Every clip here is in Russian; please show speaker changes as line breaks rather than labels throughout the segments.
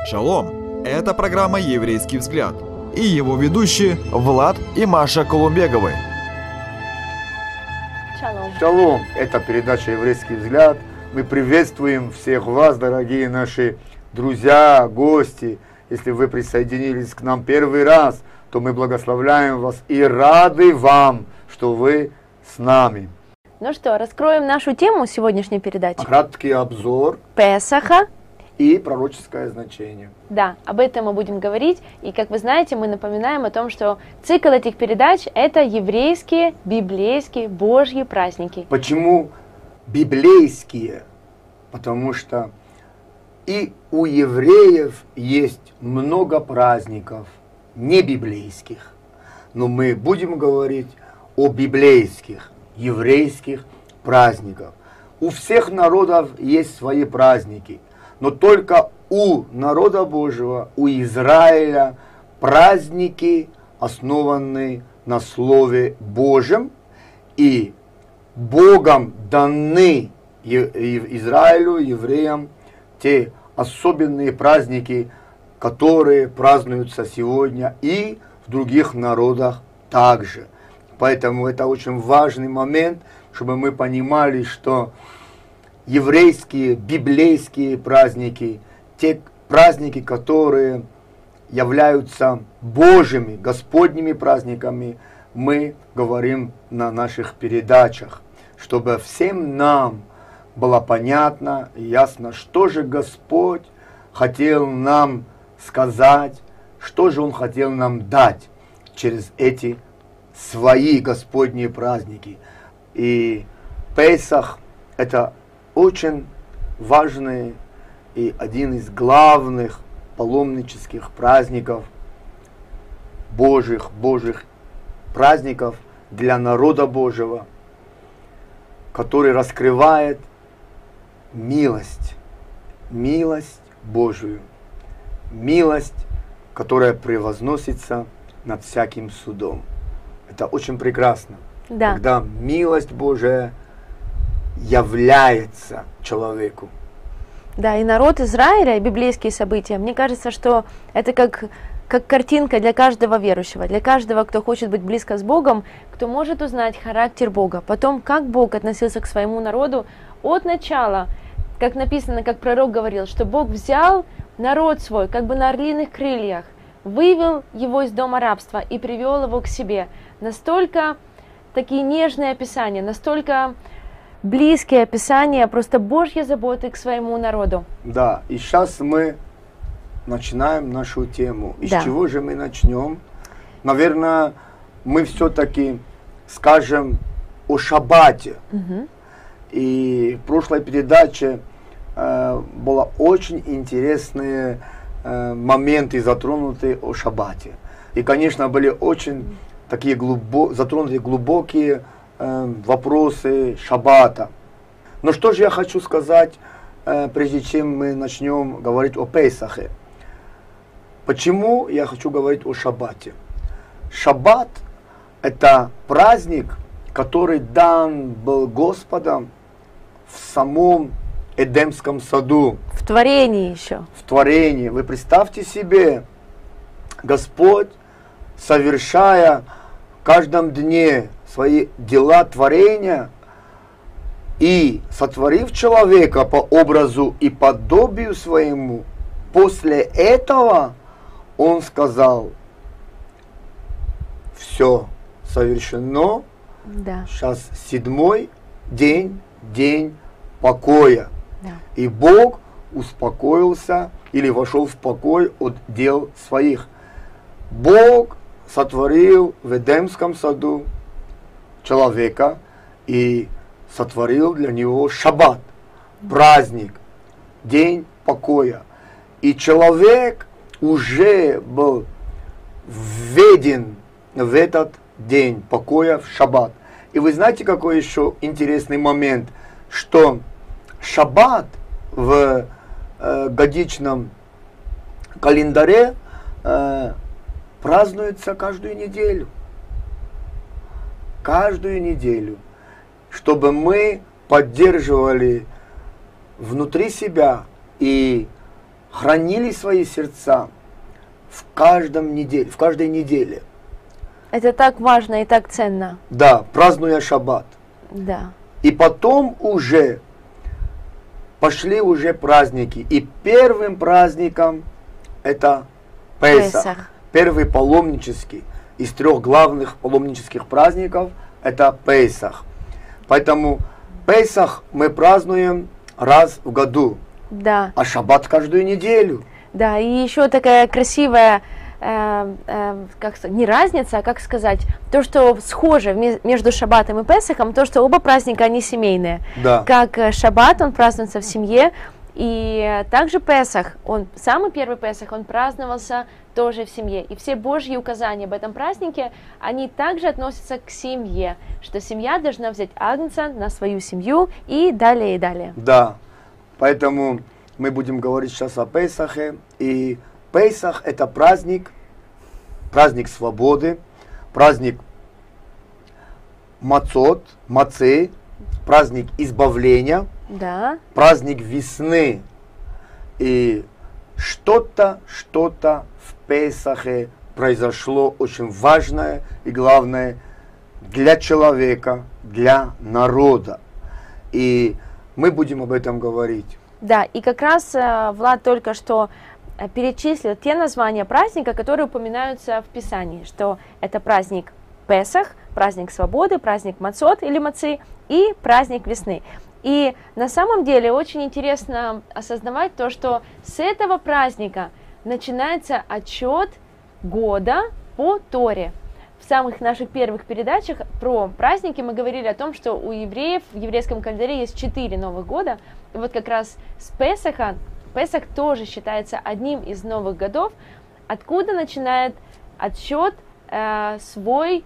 Шалом! Это программа «Еврейский взгляд» и его ведущие Влад и Маша Колумбеговы.
Шалом.
Шалом! Это передача «Еврейский взгляд». Мы приветствуем всех вас, дорогие наши друзья, гости. Если вы присоединились к нам первый раз, то мы благословляем вас и рады вам, что вы с нами.
Ну что, раскроем нашу тему сегодняшней передачи.
Краткий обзор
Песаха.
и пророческое значение.
Да, об этом мы будем говорить. И, как вы знаете, мы напоминаем о том, что цикл этих передач – это еврейские, библейские, божьи праздники.
Почему библейские? Потому что и у евреев есть много праздников не библейских. Но мы будем говорить о библейских, еврейских праздниках. У всех народов есть свои праздники. Но только у народа Божьего, у Израиля праздники, основанные на Слове Божьем, и Богом даны Израилю, евреям, те особенные праздники, которые празднуются сегодня и в других народах также. Поэтому это очень важный момент, чтобы мы понимали, что еврейские, библейские праздники, те праздники, которые являются Божьими, Господними праздниками, мы говорим на наших передачах, чтобы всем нам было понятно и ясно, что же Господь хотел нам сказать, что же Он хотел нам дать через эти свои Господние праздники. И Песах – это очень важный и один из главных паломнических праздников, Божьих праздников для народа Божьего, который раскрывает милость Божию, милость, которая превозносится над всяким судом. Это очень прекрасно,
Да.
когда милость Божия является человеку.
Да, и народ Израиля, и библейские события, мне кажется, что это как картинка для каждого верующего, для каждого, кто хочет быть близко с Богом, кто может узнать характер Бога, потом, как Бог относился к своему народу от начала, как написано, как пророк говорил, что Бог взял народ свой, как бы на орлиных крыльях, вывел его из дома рабства и привел его к себе. Настолько такие нежные описания, настолько близкие описания просто Божьей заботы к своему народу.
Да, и сейчас мы начинаем нашу тему. Из
Да.
чего же мы начнем? Наверное, мы все-таки скажем о шаббате.
Мгм.
И в прошлой передаче было очень интересные моменты затронуты о шаббате. И, конечно, были очень такие затронуты глубокие вопросы шаббата. Но что же я хочу сказать, прежде чем мы начнем говорить о Песахе? Почему я хочу говорить о шаббате? Шаббат – это праздник, который дан был Господом в самом Эдемском саду.
В творении еще.
В творении. Вы представьте себе, Господь, совершая в каждом дне свои дела творения и сотворив человека по образу и подобию своему, после этого Он сказал: все совершено,
Да.
сейчас 7-й день, день покоя.
Да.
И Бог успокоился или вошел в покой от дел своих. Бог сотворил в Эдемском саду человека и сотворил для него шаббат, праздник, день покоя. И человек уже был введен в этот день покоя, в шаббат. И вы знаете, какой еще интересный момент, что шаббат в годичном календаре празднуется каждую неделю. Каждую неделю. Чтобы мы поддерживали внутри себя и хранили свои сердца в каждой неделе.
Это так важно и так ценно.
Да, празднуя шаббат.
Да.
И потом уже пошли уже праздники. И первым праздником это Песах. Первый паломнический. Из 3 главных паломнических праздников это Песах. Поэтому Песах мы празднуем раз в году.
Да.
А шаббат каждую неделю.
Да, и еще такая красивая, как сказать, не разница, а как сказать, то, что схоже между шаббатом и Песахом, то, что оба праздника, они семейные.
Да.
Как шаббат, он празднуется в семье, и также Песах, самый первый Песах, он праздновался тоже в семье. И все Божьи указания об этом празднике, они также относятся к семье, что семья должна взять агнца на свою семью и далее, и далее.
Да, поэтому мы будем говорить сейчас о Песахе. И Песах – это праздник свободы, праздник мацы, праздник избавления,
Да.
праздник весны. И что-то в Песахе произошло очень важное и главное для человека, для народа. И мы будем об этом говорить.
Да, и как раз Влад только что перечислил те названия праздника, которые упоминаются в Писании, что это праздник Песах, праздник свободы, праздник Мацот или Мацы и праздник весны. И на самом деле очень интересно осознавать то, что с этого праздника начинается отчет года по Торе. В самых наших первых передачах про праздники мы говорили о том, что у евреев в еврейском календаре есть 4 новых года. И вот как раз с Песаха, Песах тоже считается одним из новых годов, откуда начинает отсчет свой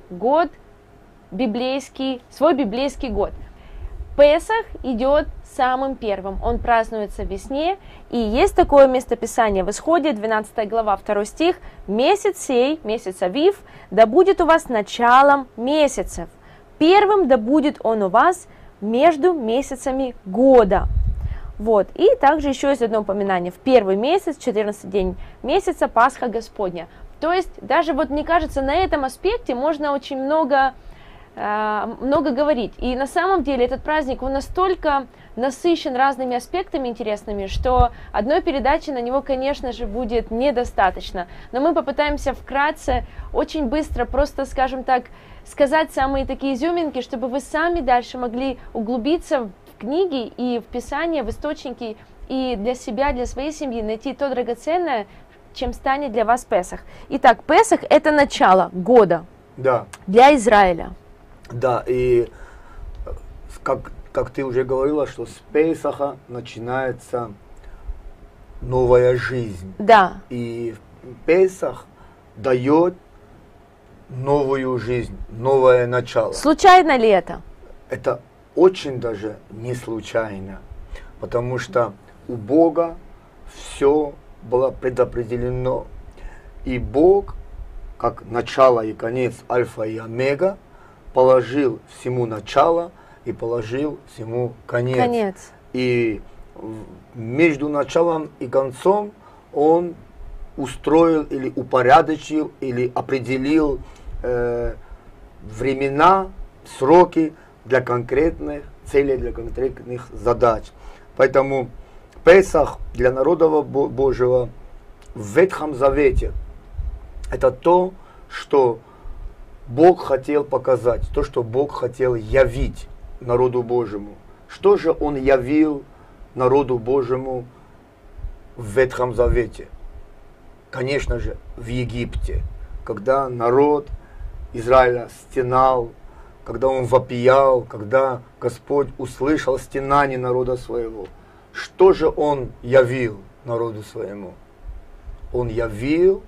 библейский год. Песах идет самым первым, он празднуется в весне, и есть такое местописание в Исходе, 12 глава, 2 стих: «Месяц сей, месяц Авив, да будет у вас началом месяцев, первым да будет он у вас между месяцами года». Вот, и также еще есть одно упоминание: в первый месяц, 14 день месяца, Пасха Господня. То есть, даже вот мне кажется, на этом аспекте можно очень много говорить. И на самом деле этот праздник, он настолько насыщен разными аспектами интересными, что одной передачи на него, конечно же, будет недостаточно. Но мы попытаемся вкратце, очень быстро, просто, скажем так, сказать самые такие изюминки, чтобы вы сами дальше могли углубиться в книги и в Писание, в источники, и для себя, для своей семьи найти то драгоценное, чем станет для вас Песах. Итак, Песах – это начало года,
Да.
Для Израиля.
Да, и как ты уже говорила, что с Песаха начинается новая жизнь.
Да.
И Песах дает новую жизнь, новое начало.
Случайно ли это?
Это очень даже не случайно, потому что у Бога все было предопределено. И Бог, как начало и конец, альфа и омега, положил всему начало и положил всему конец. И между началом и концом он устроил или упорядочил, или определил времена, сроки для конкретных целей, для конкретных задач. Поэтому Песах для народа Божьего в Ветхом Завете – это то, что Бог хотел показать, то, что Бог хотел явить народу Божьему. Что же Он явил народу Божьему в Ветхом Завете? Конечно же, в Египте, когда народ Израиля стенал, когда он вопиял, когда Господь услышал стенание народа своего. Что же Он явил народу своему? Он явил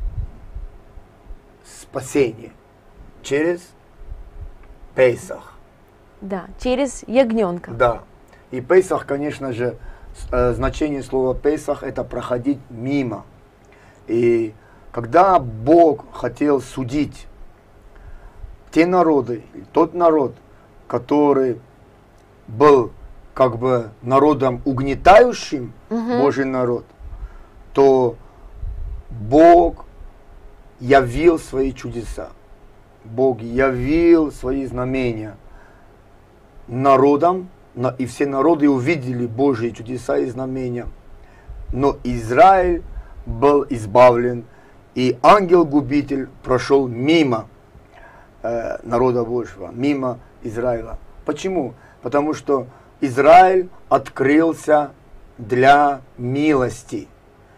спасение через Песах.
Да, через ягненка.
Да. И Песах, конечно же, значение слова Песах – это проходить мимо. И когда Бог хотел судить те народы, тот народ, который был как бы народом угнетающим, Божий народ, что Бог явил свои чудеса. Бог явил свои знамения народам, и все народы увидели Божьи чудеса и знамения. Но Израиль был избавлен, и ангел-губитель прошел мимо народа Божьего, мимо Израиля. Почему? Потому что Израиль открылся для милости,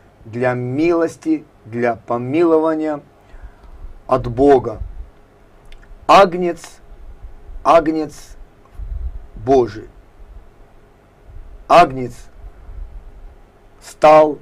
для помилования от Бога. Агнец Божий. Агнец стал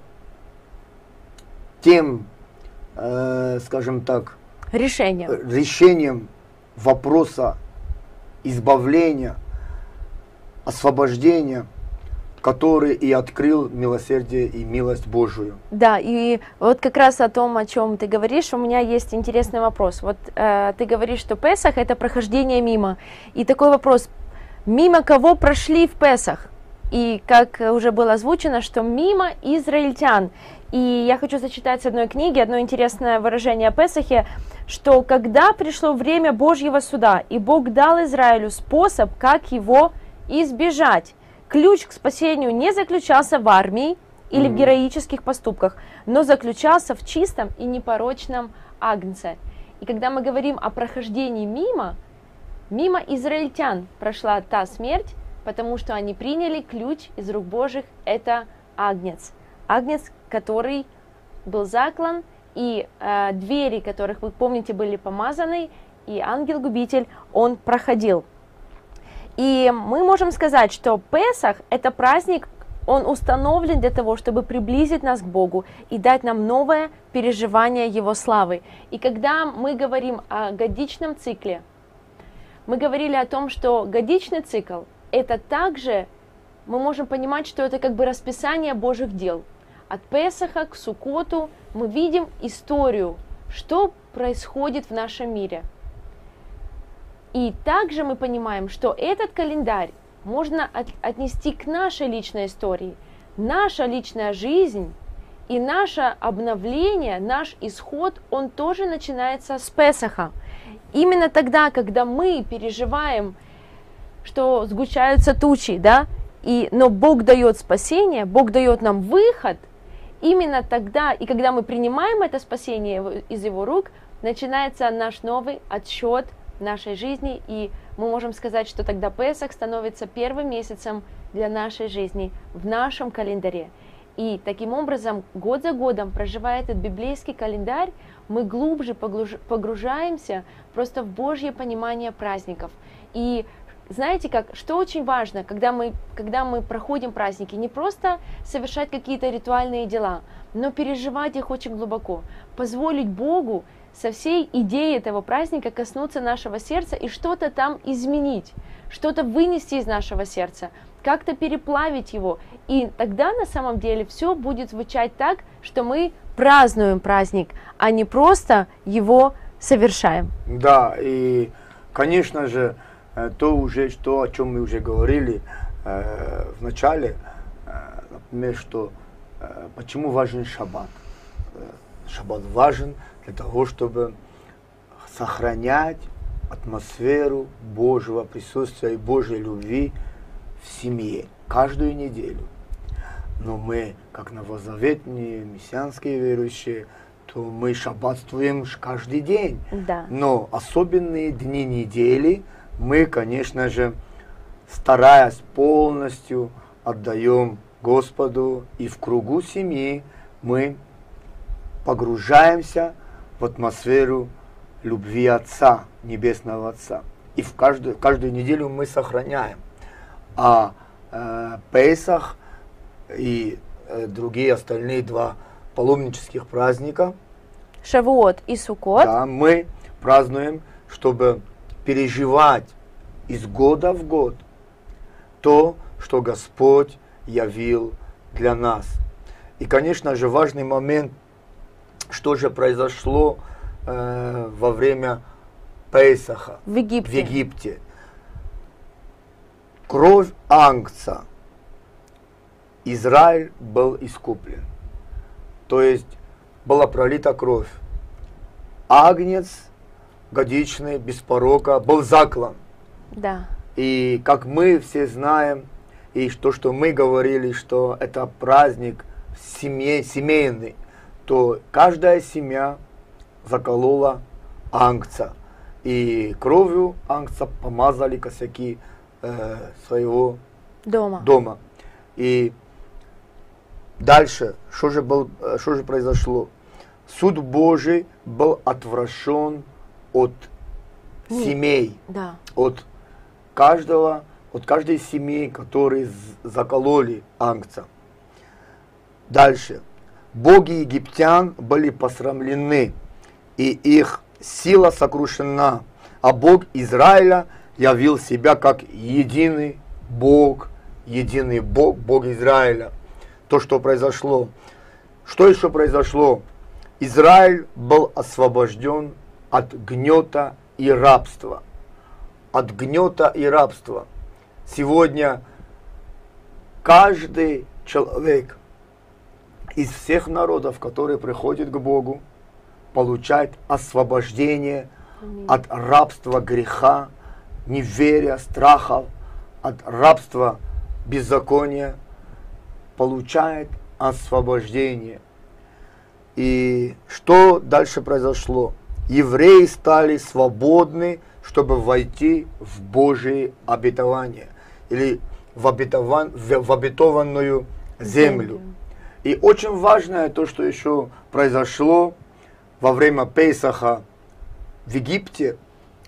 тем, скажем так, решением вопроса избавления, освобождения, который и открыл милосердие и милость Божию.
Да, и вот как раз о том, о чем ты говоришь, у меня есть интересный вопрос. Вот ты говоришь, что Песах – это прохождение мимо. И такой вопрос, мимо кого прошли в Песах? И как уже было озвучено, что мимо израильтян. И я хочу зачитать с одной книги одно интересное выражение о Песахе, что когда пришло время Божьего суда, и Бог дал Израилю способ, как его избежать. Ключ к спасению не заключался в армии или в героических поступках, но заключался в чистом и непорочном агнце. И когда мы говорим о прохождении мимо израильтян прошла та смерть, потому что они приняли ключ из рук Божьих, это агнец. Агнец, который был заклан, и двери, которых, вы помните, были помазаны, и ангел-губитель, он проходил. И мы можем сказать, что Песах – это праздник, он установлен для того, чтобы приблизить нас к Богу и дать нам новое переживание Его славы. И когда мы говорим о годичном цикле, мы говорили о том, что годичный цикл – это также, мы можем понимать, что это как бы расписание Божьих дел. От Песаха к Суккоту мы видим историю, что происходит в нашем мире. И также мы понимаем, что этот календарь можно отнести к нашей личной истории. Наша личная жизнь и наше обновление, наш исход, он тоже начинается с Песаха. Именно тогда, когда мы переживаем, что сгущаются тучи, да, но Бог дает спасение, Бог дает нам выход, именно тогда, и когда мы принимаем это спасение из Его рук, начинается наш новый отсчет нашей жизни, и мы можем сказать, что тогда Песах становится первым месяцем для нашей жизни в нашем календаре. И таким образом, год за годом, проживая этот библейский календарь, мы глубже погружаемся просто в Божье понимание праздников. И знаете как, что очень важно, когда мы проходим праздники, не просто совершать какие-то ритуальные дела, но переживать их очень глубоко, позволить Богу со всей идеей этого праздника коснуться нашего сердца и что-то там изменить, что-то вынести из нашего сердца, как-то переплавить его. И тогда на самом деле все будет звучать так, что мы празднуем праздник, а не просто его совершаем.
Да, и, конечно же, то, о чем мы уже говорили в начале, например, что почему важен шаббат. Шаббат важен для того, чтобы сохранять атмосферу Божьего присутствия и Божьей любви в семье каждую неделю. Но мы, как новозаветные мессианские верующие, то мы шаббатствуем каждый день.
Да.
Но особенные дни недели мы, конечно же, стараясь полностью, отдаем Господу, и в кругу семьи мы погружаемся в атмосферу любви Отца, Небесного Отца. И в каждую неделю мы сохраняем. А Песах и другие остальные два паломнических праздника,
Шавуот и Суккот,
да, мы празднуем, чтобы переживать из года в год то, что Господь явил для нас. И, конечно же, важный момент, что же произошло во время Песаха
в Египте.
Кровь Агнца. Израиль был искуплен. то есть была пролита кровь. Агнец годичный, без порока, был заклан.
Да.
И как мы все знаем, и то, что мы говорили, что это праздник семейный, то каждая семья заколола ангца. И кровью ангца помазали косяки своего дома. И дальше, что же произошло? Суд Божий был отвращен от семей,
Да.
от каждой семьи, которые закололи ангца. Дальше. Боги египтян были посрамлены, и их сила сокрушена, а Бог Израиля явил себя как единый Бог, Бог Израиля. То, что произошло. Что еще произошло? Израиль был освобожден от гнета и рабства. От гнета и рабства. Сегодня каждый человек из всех народов, которые приходят к Богу, получает освобождение от рабства греха, неверия, страхов, от рабства беззакония, получает освобождение. И что дальше произошло? Евреи стали свободны, чтобы войти в Божие обетование или в обетованную землю. И очень важное то, что еще произошло во время Песаха в Египте.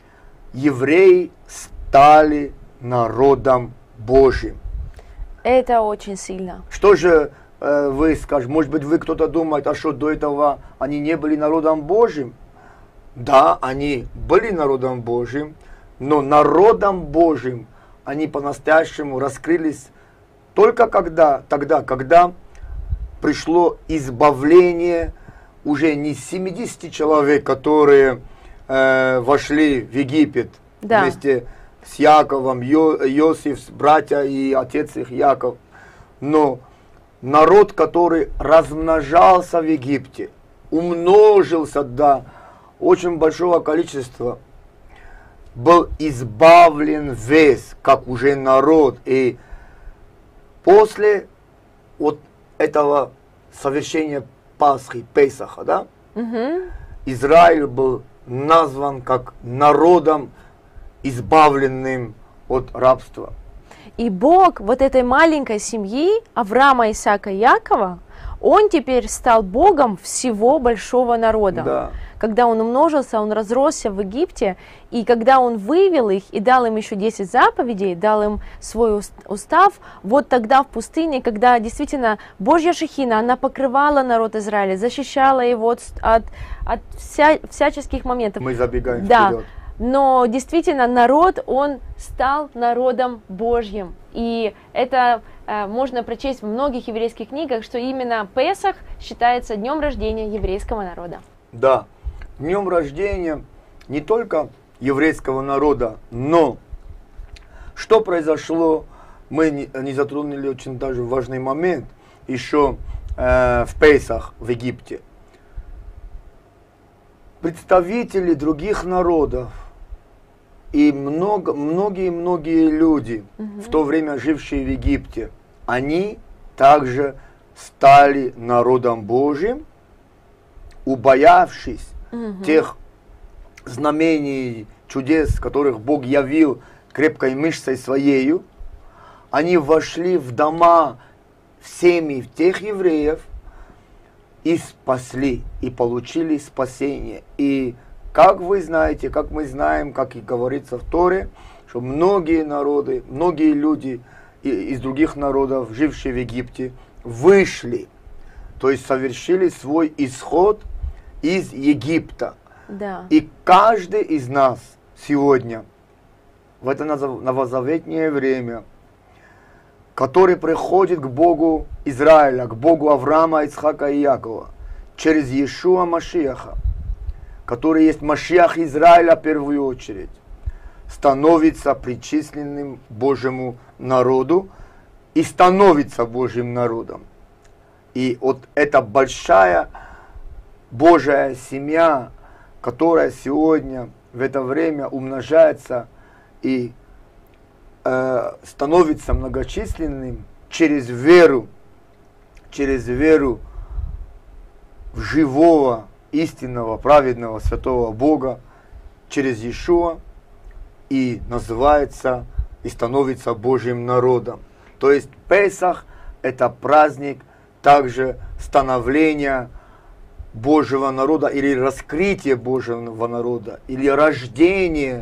Евреи стали народом Божьим.
Это очень сильно.
Что же вы скажете? Может быть, вы кто-то думает, а что до этого они не были народом Божьим? Да, они были народом Божьим, но народом Божьим они по-настоящему раскрылись только тогда, когда пришло избавление уже не 70 человек, которые вошли в Египет вместе с Яковом, Иосиф, братья и отец их Яков, но народ, который размножался в Египте, умножился до очень большого количества, был избавлен весь, как уже народ. И после вот этого совершения Пасхи, Песаха, да, Израиль был назван как народом, избавленным от рабства.
И Бог вот этой маленькой семьи Авраама, Исаака и Якова, Он теперь стал Богом всего большого народа.
Да.
Когда Он умножился, Он разросся в Египте, и когда Он вывел их и дал им еще 10 заповедей, дал им свой устав, вот тогда в пустыне, когда действительно Божья шехина, она покрывала народ Израиля, защищала его от всяческих моментов.
Мы забегаем
да.
вперед.
Но действительно народ, он стал народом Божьим. И это можно прочесть в многих еврейских книгах, что именно Песах считается днем рождения еврейского народа.
Да, днем рождения не только еврейского народа, но что произошло, мы не затронули очень даже важный момент еще в Песах в Египте. Представители других народов и многие люди, в то время жившие в Египте, они также стали народом Божьим, убоявшись тех знамений, чудес, которых Бог явил крепкой мышцей своею. Они вошли в дома, в семьи тех евреев и спасли, и получили спасение. И как вы знаете, как мы знаем, как и говорится в Торе, что многие народы, многие люди из других народов, жившие в Египте, вышли, то есть совершили свой исход из Египта.
Да.
И каждый из нас сегодня, в это новозаветнее время, который приходит к Богу Израиля, к Богу Авраама, Ицхака и Якова, через Иешуа Машиаха, который есть Машиах Израиля в первую очередь, становится причисленным Божьему народу и становится Божьим народом. И вот эта большая Божья семья, которая сегодня в это время умножается и становится многочисленным через веру в живого, истинного, праведного, святого Бога, через Иешуа, и называется и становится Божьим народом. То есть Песах – это праздник также становления Божьего народа, или раскрытие Божьего народа, или рождение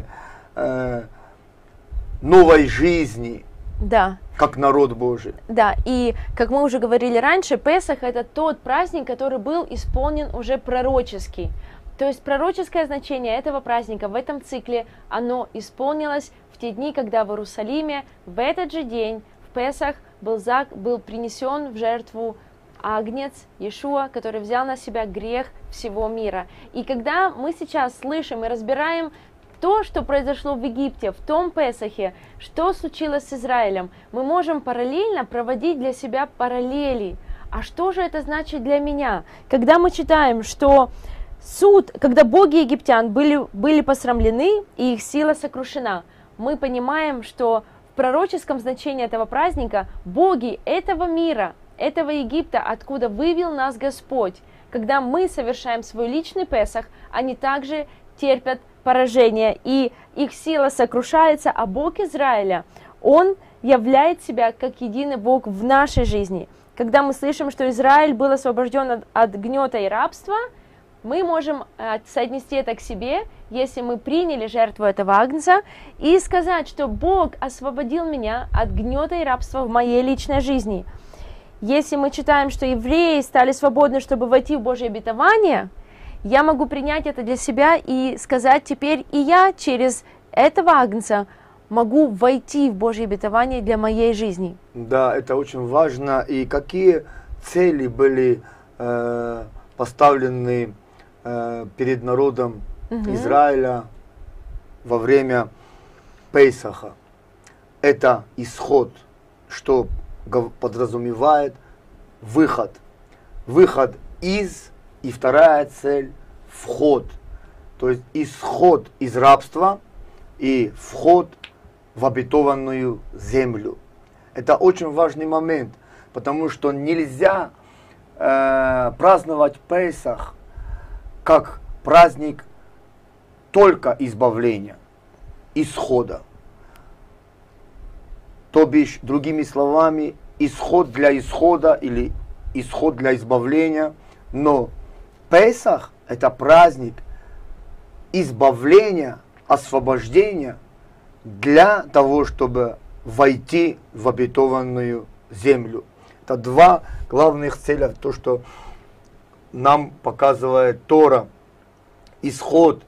новой жизни,
Да.
как народ Божий.
Да, и как мы уже говорили раньше, Песах – это тот праздник, который был исполнен уже пророчески. То есть пророческое значение этого праздника в этом цикле, оно исполнилось в те дни, когда в Иерусалиме в этот же день, в Песах, был принесен в жертву Агнец, Иешуа, который взял на себя грех всего мира. И когда мы сейчас слышим и разбираем то, что произошло в Египте, в том Песахе, что случилось с Израилем, мы можем параллельно проводить для себя параллели. А что же это значит для меня? Когда мы читаем, что когда боги египтян были посрамлены и их сила сокрушена, мы понимаем, что в пророческом значении этого праздника боги этого мира, этого Египта, откуда вывел нас Господь, когда мы совершаем свой личный Песах, они также терпят поражение, и их сила сокрушается, а Бог Израиля, Он являет себя как единый Бог в нашей жизни. Когда мы слышим, что Израиль был освобожден от гнета и рабства, мы можем соотнести это к себе, если мы приняли жертву этого агнца, и сказать, что Бог освободил меня от гнета и рабства в моей личной жизни. Если мы читаем, что евреи стали свободны, чтобы войти в Божье обетование, я могу принять это для себя и сказать теперь, и я через этого агнца могу войти в Божье обетование для моей жизни.
Да, это очень важно. И какие цели были поставлены перед народом Израиля во время Песаха? Это исход, что подразумевает выход. Выход из, и вторая цель – вход. То есть исход из рабства и вход в обетованную землю. Это очень важный момент, потому что нельзя праздновать Песах как праздник только избавления, исхода. То бишь, другими словами, исход для исхода или исход для избавления. Но Песах – это праздник избавления, освобождения для того, чтобы войти в обетованную землю. Это два главных цели, то, что нам показывает Тора. Исход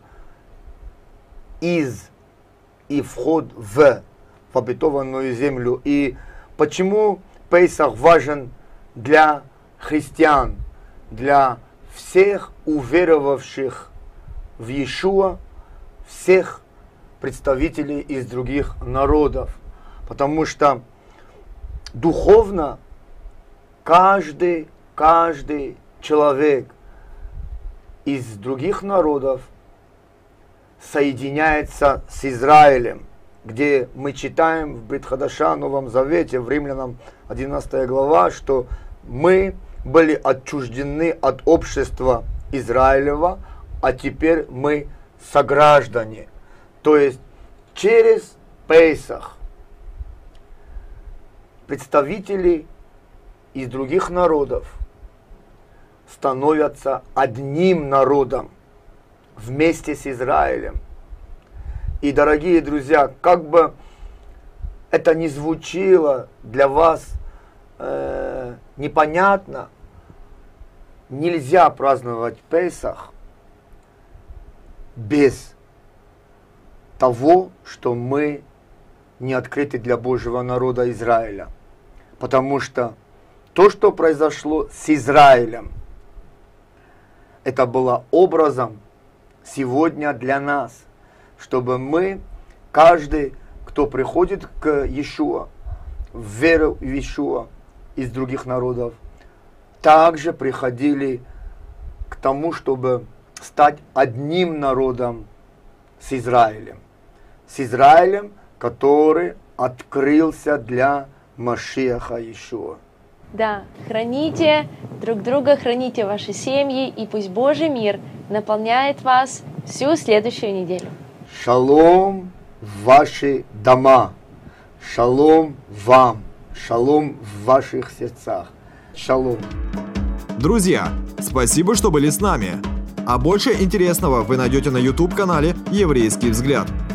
из и вход в обетованную землю. И почему Песах важен для христиан, для всех уверовавших в Иешуа, всех представителей из других народов. Потому что духовно каждый человек из других народов соединяется с Израилем, где мы читаем в Брит Хадаша, Новом Завете, в Римлянам 11 глава, что мы были отчуждены от общества Израилева, а теперь мы сограждане. То есть через Песах представители из других народов становятся одним народом вместе с Израилем. И, дорогие друзья, как бы это ни звучало для вас непонятно, нельзя праздновать Песах без того, что мы не открыты для Божьего народа Израиля. Потому что то, что произошло с Израилем, это было образом сегодня для нас, чтобы мы, каждый, кто приходит к Иешуа, в веру в Иешуа из других народов, также приходили к тому, чтобы стать одним народом с Израилем. С Израилем, который открылся для Машиаха Иешуа.
Да, храните друг друга, храните ваши семьи, и пусть Божий мир наполняет вас всю следующую неделю.
Шалом в ваши дома, шалом вам, шалом в ваших сердцах. Шалом.
Друзья, спасибо, что были с нами. А больше интересного вы найдете на YouTube-канале «Еврейский взгляд».